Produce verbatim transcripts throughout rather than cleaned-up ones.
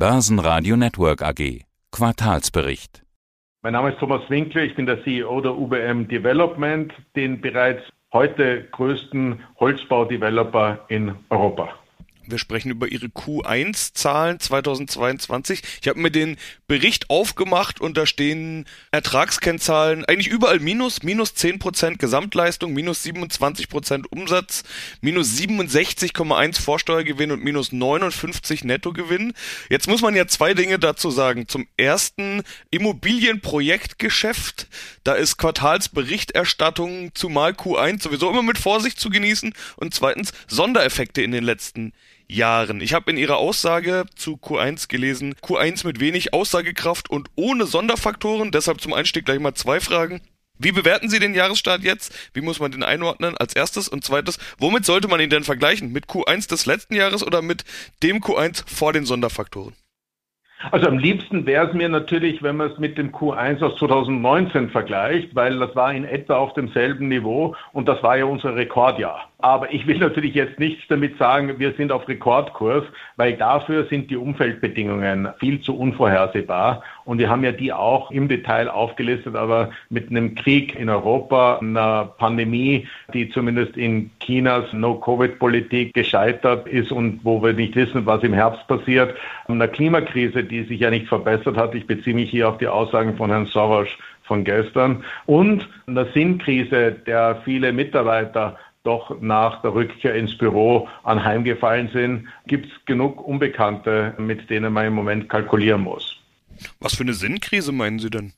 Börsenradio Network A G. Quartalsbericht. Mein Name ist Thomas Winkler, ich bin der C E O der U B M Development, den bereits heute größten Holzbau-Developer in Europa. Wir sprechen über Ihre Q eins Zahlen zweitausendzweiundzwanzig. Ich habe mir den Bericht aufgemacht und da stehen Ertragskennzahlen eigentlich überall minus, minus zehn Prozent Gesamtleistung, minus siebenundzwanzig Prozent Umsatz, minus siebenundsechzig Komma eins Vorsteuergewinn und minus neunundfünfzig Nettogewinn. Jetzt muss man ja zwei Dinge dazu sagen. Zum ersten Immobilienprojektgeschäft. Da ist Quartalsberichterstattung, zumal Q eins sowieso immer mit Vorsicht zu genießen. Und zweitens Sondereffekte in den letzten Jahren. Ich habe in Ihrer Aussage zu Q eins gelesen, Q eins mit wenig Aussagekraft und ohne Sonderfaktoren. Deshalb zum Einstieg gleich mal zwei Fragen. Wie bewerten Sie den Jahresstart jetzt? Wie muss man den einordnen als erstes? Und zweites, womit sollte man ihn denn vergleichen? Mit Q eins des letzten Jahres oder mit dem Q eins vor den Sonderfaktoren? Also am liebsten wäre es mir natürlich, wenn man es mit dem Q eins aus zweitausendneunzehn vergleicht, weil das war in etwa auf demselben Niveau und das war ja unser Rekordjahr. Aber ich will natürlich jetzt nichts damit sagen, wir sind auf Rekordkurs, weil dafür sind die Umfeldbedingungen viel zu unvorhersehbar. Und wir haben ja die auch im Detail aufgelistet, aber mit einem Krieg in Europa, einer Pandemie, die zumindest in Chinas No-Covid-Politik gescheitert ist und wo wir nicht wissen, was im Herbst passiert, einer Klimakrise, die sich ja nicht verbessert hat. Ich beziehe mich hier auf die Aussagen von Herrn Soros von gestern. Und einer Sinnkrise, der viele Mitarbeiter doch nach der Rückkehr ins Büro anheimgefallen sind, gibt es genug Unbekannte, mit denen man im Moment kalkulieren muss. Was für eine Sinnkrise meinen Sie denn?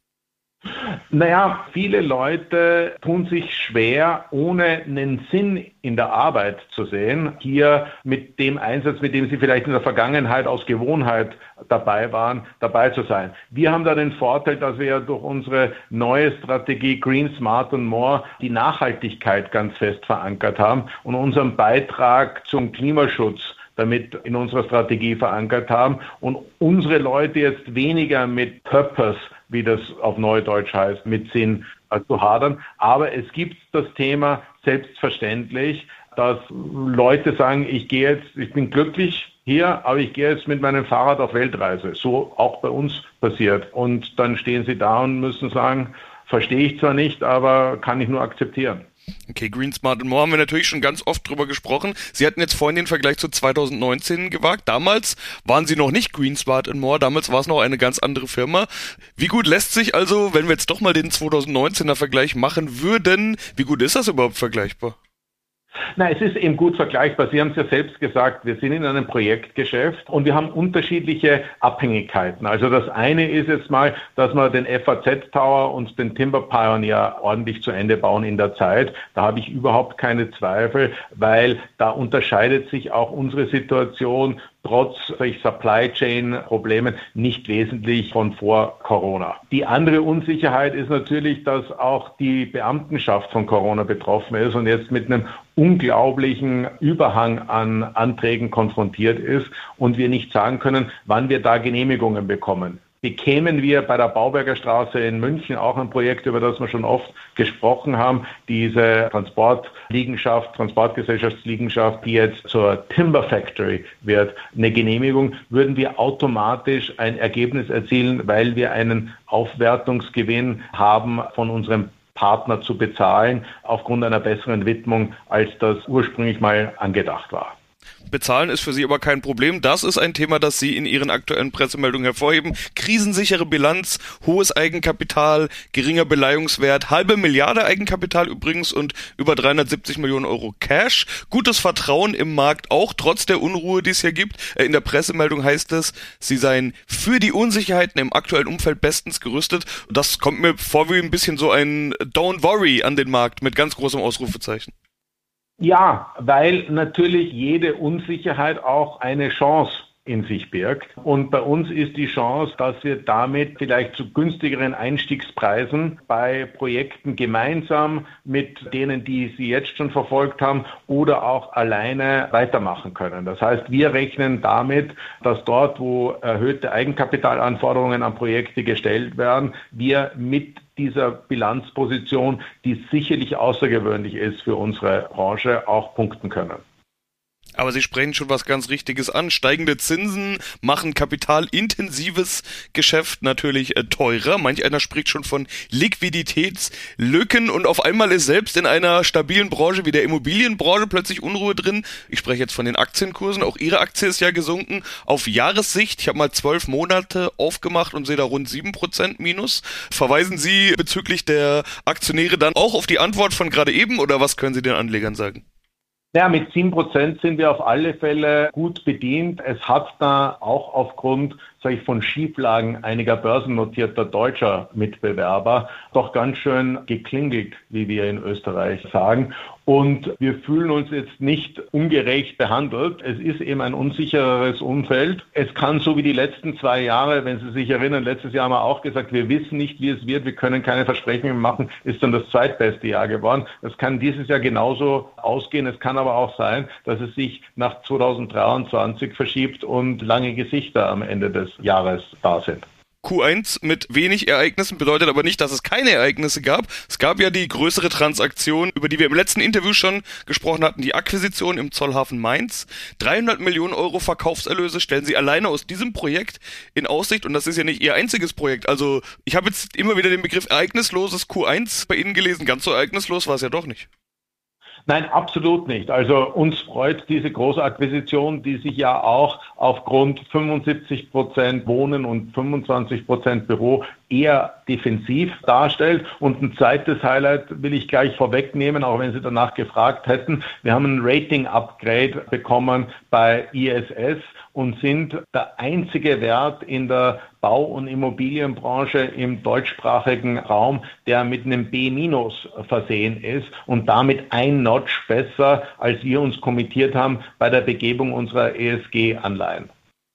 Naja, viele Leute tun sich schwer, ohne einen Sinn in der Arbeit zu sehen, hier mit dem Einsatz, mit dem sie vielleicht in der Vergangenheit aus Gewohnheit dabei waren, dabei zu sein. Wir haben da den Vorteil, dass wir ja durch unsere neue Strategie Green, Smart und More die Nachhaltigkeit ganz fest verankert haben und unseren Beitrag zum Klimaschutz damit in unserer Strategie verankert haben und unsere Leute jetzt weniger mit Purpose, wie das auf Neudeutsch heißt, mit Sinn äh, zu hadern. Aber es gibt das Thema selbstverständlich, dass Leute sagen, ich gehe jetzt, ich bin glücklich hier, aber ich gehe jetzt mit meinem Fahrrad auf Weltreise. So auch bei uns passiert. Und dann stehen sie da und müssen sagen, verstehe ich zwar nicht, aber kann ich nur akzeptieren. Okay, Green, Smart und More haben wir natürlich schon ganz oft drüber gesprochen. Sie hatten jetzt vorhin den Vergleich zu zweitausendneunzehn gewagt. Damals waren Sie noch nicht Green, Smart und More, damals war es noch eine ganz andere Firma. Wie gut lässt sich also, wenn wir jetzt doch mal den zweitausendneunzehner Vergleich machen würden, wie gut ist das überhaupt vergleichbar? Na, es ist eben gut vergleichbar. Sie haben es ja selbst gesagt, wir sind in einem Projektgeschäft und wir haben unterschiedliche Abhängigkeiten. Also das eine ist jetzt mal, dass wir den F A Z Tower und den Timber Pioneer ordentlich zu Ende bauen in der Zeit. Da habe ich überhaupt keine Zweifel, weil da unterscheidet sich auch unsere Situation trotz solch Supply Chain Problemen nicht wesentlich von vor Corona. Die andere Unsicherheit ist natürlich, dass auch die Beamtenschaft von Corona betroffen ist und jetzt mit einem unglaublichen Überhang an Anträgen konfrontiert ist und wir nicht sagen können, wann wir da Genehmigungen bekommen. Bekämen wir bei der Bauberger Straße in München, auch ein Projekt, über das wir schon oft gesprochen haben, diese Transportliegenschaft, Transportgesellschaftsliegenschaft, die jetzt zur Timber Factory wird, eine Genehmigung, würden wir automatisch ein Ergebnis erzielen, weil wir einen Aufwertungsgewinn haben von unserem Partner zu bezahlen, aufgrund einer besseren Widmung, als das ursprünglich mal angedacht war. Bezahlen ist für Sie aber kein Problem. Das ist ein Thema, das Sie in Ihren aktuellen Pressemeldungen hervorheben. Krisensichere Bilanz, hohes Eigenkapital, geringer Beleihungswert, halbe Milliarde Eigenkapital übrigens und über dreihundertsiebzig Millionen Euro Cash. Gutes Vertrauen im Markt auch, trotz der Unruhe, die es hier gibt. In der Pressemeldung heißt es, Sie seien für die Unsicherheiten im aktuellen Umfeld bestens gerüstet. Das kommt mir vor wie ein bisschen so ein Don't worry an den Markt mit ganz großem Ausrufezeichen. Ja, weil natürlich jede Unsicherheit auch eine Chance in sich birgt. Und bei uns ist die Chance, dass wir damit vielleicht zu günstigeren Einstiegspreisen bei Projekten gemeinsam mit denen, die Sie jetzt schon verfolgt haben, oder auch alleine weitermachen können. Das heißt, wir rechnen damit, dass dort, wo erhöhte Eigenkapitalanforderungen an Projekte gestellt werden, wir mit dieser Bilanzposition, die sicherlich außergewöhnlich ist für unsere Branche, auch punkten können. Aber Sie sprechen schon was ganz Richtiges an. Steigende Zinsen machen kapitalintensives Geschäft natürlich äh, teurer. Manch einer spricht schon von Liquiditätslücken und auf einmal ist selbst in einer stabilen Branche wie der Immobilienbranche plötzlich Unruhe drin. Ich spreche jetzt von den Aktienkursen. Auch Ihre Aktie ist ja gesunken. Auf Jahressicht, ich habe mal zwölf Monate aufgemacht und sehe da rund sieben Prozent Minus. Verweisen Sie bezüglich der Aktionäre dann auch auf die Antwort von gerade eben oder was können Sie den Anlegern sagen? Ja, mit sieben Prozent sind wir auf alle Fälle gut bedient. Es hat da auch aufgrund, sage ich, von Schieflagen einiger börsennotierter deutscher Mitbewerber doch ganz schön geklingelt, wie wir in Österreich sagen. Und wir fühlen uns jetzt nicht ungerecht behandelt. Es ist eben ein unsichereres Umfeld. Es kann so wie die letzten zwei Jahre, wenn Sie sich erinnern, letztes Jahr haben wir auch gesagt, wir wissen nicht, wie es wird, wir können keine Versprechungen machen, ist dann das zweitbeste Jahr geworden. Das kann dieses Jahr genauso ausgehen. Es kann aber auch sein, dass es sich nach zweitausenddreiundzwanzig verschiebt und lange Gesichter am Ende des Jahres da sind. Q eins mit wenig Ereignissen bedeutet aber nicht, dass es keine Ereignisse gab. Es gab ja die größere Transaktion, über die wir im letzten Interview schon gesprochen hatten, die Akquisition im Zollhafen Mainz. dreihundert Millionen Euro Verkaufserlöse stellen Sie alleine aus diesem Projekt in Aussicht und das ist ja nicht Ihr einziges Projekt. Also ich habe jetzt immer wieder den Begriff ereignisloses Q eins bei Ihnen gelesen. Ganz so ereignislos war es ja doch nicht. Nein, absolut nicht. Also uns freut diese große Akquisition, die sich ja auch aufgrund fünfundsiebzig Prozent Wohnen und fünfundzwanzig Prozent Büro eher defensiv darstellt. Und ein zweites Highlight will ich gleich vorwegnehmen, auch wenn Sie danach gefragt hätten. Wir haben ein Rating-Upgrade bekommen bei I S S und sind der einzige Wert in der Bau- und Immobilienbranche im deutschsprachigen Raum, der mit einem B- versehen ist und damit ein Notch besser, als wir uns kommittiert haben bei der Begebung unserer E S G-Anleihen.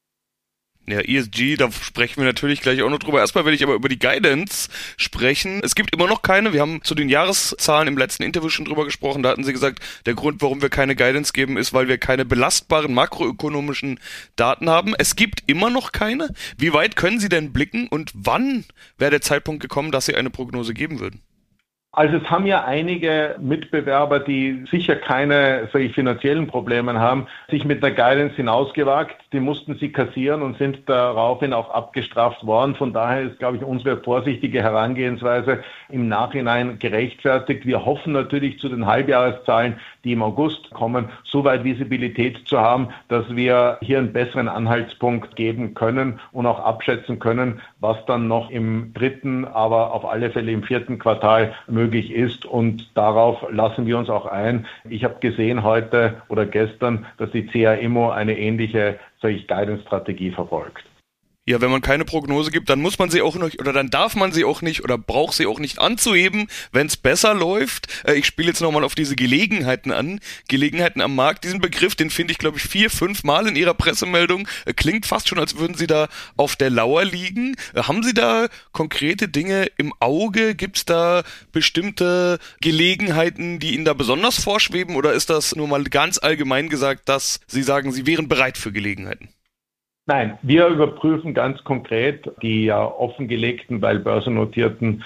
Ja, E S G, da sprechen wir natürlich gleich auch noch drüber. Erstmal will ich aber über die Guidance sprechen. Es gibt immer noch keine. Wir haben zu den Jahreszahlen im letzten Interview schon drüber gesprochen. Da hatten Sie gesagt, der Grund, warum wir keine Guidance geben, ist, weil wir keine belastbaren makroökonomischen Daten haben. Es gibt immer noch keine. Wie weit können Sie denn blicken und wann wäre der Zeitpunkt gekommen, dass Sie eine Prognose geben würden? Also es haben ja einige Mitbewerber, die sicher keine solche finanziellen Probleme haben, sich mit der Guidance hinausgewagt. Die mussten sie kassieren und sind daraufhin auch abgestraft worden. Von daher ist, glaube ich, unsere vorsichtige Herangehensweise im Nachhinein gerechtfertigt. Wir hoffen natürlich zu den Halbjahreszahlen, die im August kommen, so weit Visibilität zu haben, dass wir hier einen besseren Anhaltspunkt geben können und auch abschätzen können, was dann noch im dritten, aber auf alle Fälle im vierten Quartal möglich ist. Und darauf lassen wir uns auch ein. Ich habe gesehen heute oder gestern, dass die C A Immo eine ähnliche solche Guidance-Strategie verfolgt. Ja, wenn man keine Prognose gibt, dann muss man sie auch nicht, oder dann darf man sie auch nicht, oder braucht sie auch nicht anzuheben, wenn es besser läuft. Äh, ich spiele jetzt nochmal auf diese Gelegenheiten an. Gelegenheiten am Markt. Diesen Begriff, den finde ich, glaube ich, vier, fünf Mal in Ihrer Pressemeldung. Äh, klingt fast schon, als würden Sie da auf der Lauer liegen. Äh, haben Sie da konkrete Dinge im Auge? Gibt es da bestimmte Gelegenheiten, die Ihnen da besonders vorschweben? Oder ist das nur mal ganz allgemein gesagt, dass Sie sagen, Sie wären bereit für Gelegenheiten? Nein, wir überprüfen ganz konkret die ja offengelegten, weil börsennotierten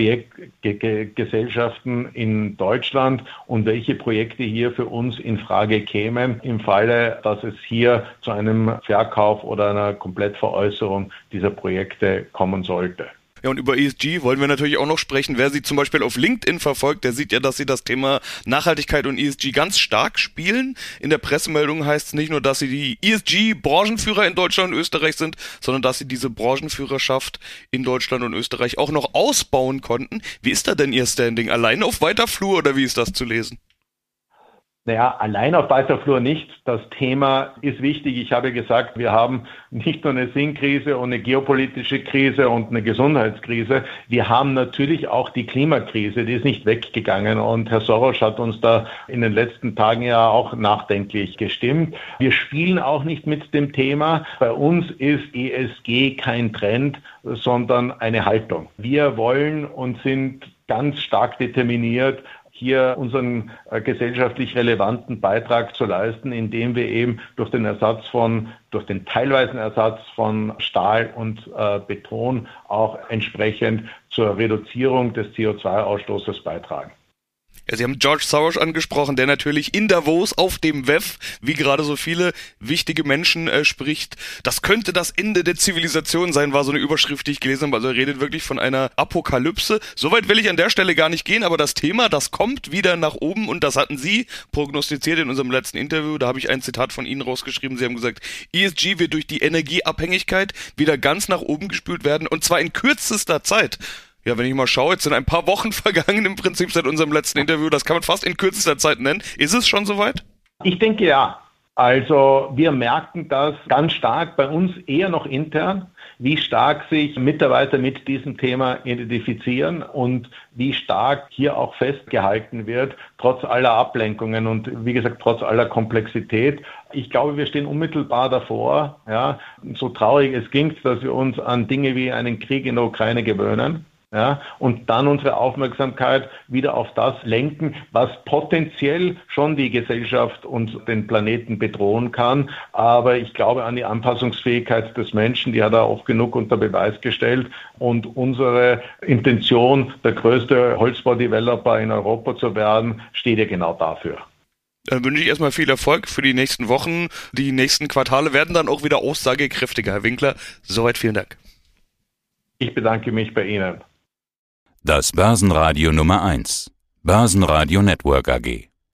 Projektgesellschaften in Deutschland und welche Projekte hier für uns in Frage kämen, im Falle, dass es hier zu einem Verkauf oder einer Komplettveräußerung dieser Projekte kommen sollte. Ja, und über E S G wollen wir natürlich auch noch sprechen. Wer Sie zum Beispiel auf LinkedIn verfolgt, der sieht ja, dass Sie das Thema Nachhaltigkeit und E S G ganz stark spielen. In der Pressemeldung heißt es nicht nur, dass Sie die E S G-Branchenführer in Deutschland und Österreich sind, sondern dass Sie diese Branchenführerschaft in Deutschland und Österreich auch noch ausbauen konnten. Wie ist da denn Ihr Standing? Allein auf weiter Flur oder wie ist das zu lesen? Naja, allein auf weiter Flur nicht. Das Thema ist wichtig. Ich habe gesagt, wir haben nicht nur eine Sinnkrise und eine geopolitische Krise und eine Gesundheitskrise. Wir haben natürlich auch die Klimakrise, die ist nicht weggegangen. Und Herr Soros hat uns da in den letzten Tagen ja auch nachdenklich gestimmt. Wir spielen auch nicht mit dem Thema. Bei uns ist E S G kein Trend, sondern eine Haltung. Wir wollen und sind ganz stark determiniert, hier unseren äh, gesellschaftlich relevanten Beitrag zu leisten, indem wir eben durch den Ersatz von, durch den teilweisen Ersatz von Stahl und äh, Beton auch entsprechend zur Reduzierung des C O zwei Ausstoßes beitragen. Ja, Sie haben George Soros angesprochen, der natürlich in Davos auf dem W E F, wie gerade so viele wichtige Menschen äh, spricht. Das könnte das Ende der Zivilisation sein, war so eine Überschrift, die ich gelesen habe. Also er redet wirklich von einer Apokalypse. Soweit will ich an der Stelle gar nicht gehen, aber das Thema, das kommt wieder nach oben und das hatten Sie prognostiziert in unserem letzten Interview. Da habe ich ein Zitat von Ihnen rausgeschrieben. Sie haben gesagt, E S G wird durch die Energieabhängigkeit wieder ganz nach oben gespült werden und zwar in kürzester Zeit. Ja, wenn ich mal schaue, jetzt sind ein paar Wochen vergangen im Prinzip seit unserem letzten Interview. Das kann man fast in kürzester Zeit nennen. Ist es schon soweit? Ich denke ja. Also wir merken das ganz stark bei uns eher noch intern, wie stark sich Mitarbeiter mit diesem Thema identifizieren und wie stark hier auch festgehalten wird, trotz aller Ablenkungen und wie gesagt, trotz aller Komplexität. Ich glaube, wir stehen unmittelbar davor, ja, so traurig es klingt, dass wir uns an Dinge wie einen Krieg in der Ukraine gewöhnen. Ja, und dann unsere Aufmerksamkeit wieder auf das lenken, was potenziell schon die Gesellschaft und den Planeten bedrohen kann. Aber ich glaube an die Anpassungsfähigkeit des Menschen, die hat er oft genug unter Beweis gestellt. Und unsere Intention, der größte Holzbaudeveloper in Europa zu werden, steht ja genau dafür. Dann wünsche ich erstmal viel Erfolg für die nächsten Wochen. Die nächsten Quartale werden dann auch wieder aussagekräftiger. Herr Winkler, soweit vielen Dank. Ich bedanke mich bei Ihnen. Das Börsenradio Nummer eins. Börsenradio Network A G.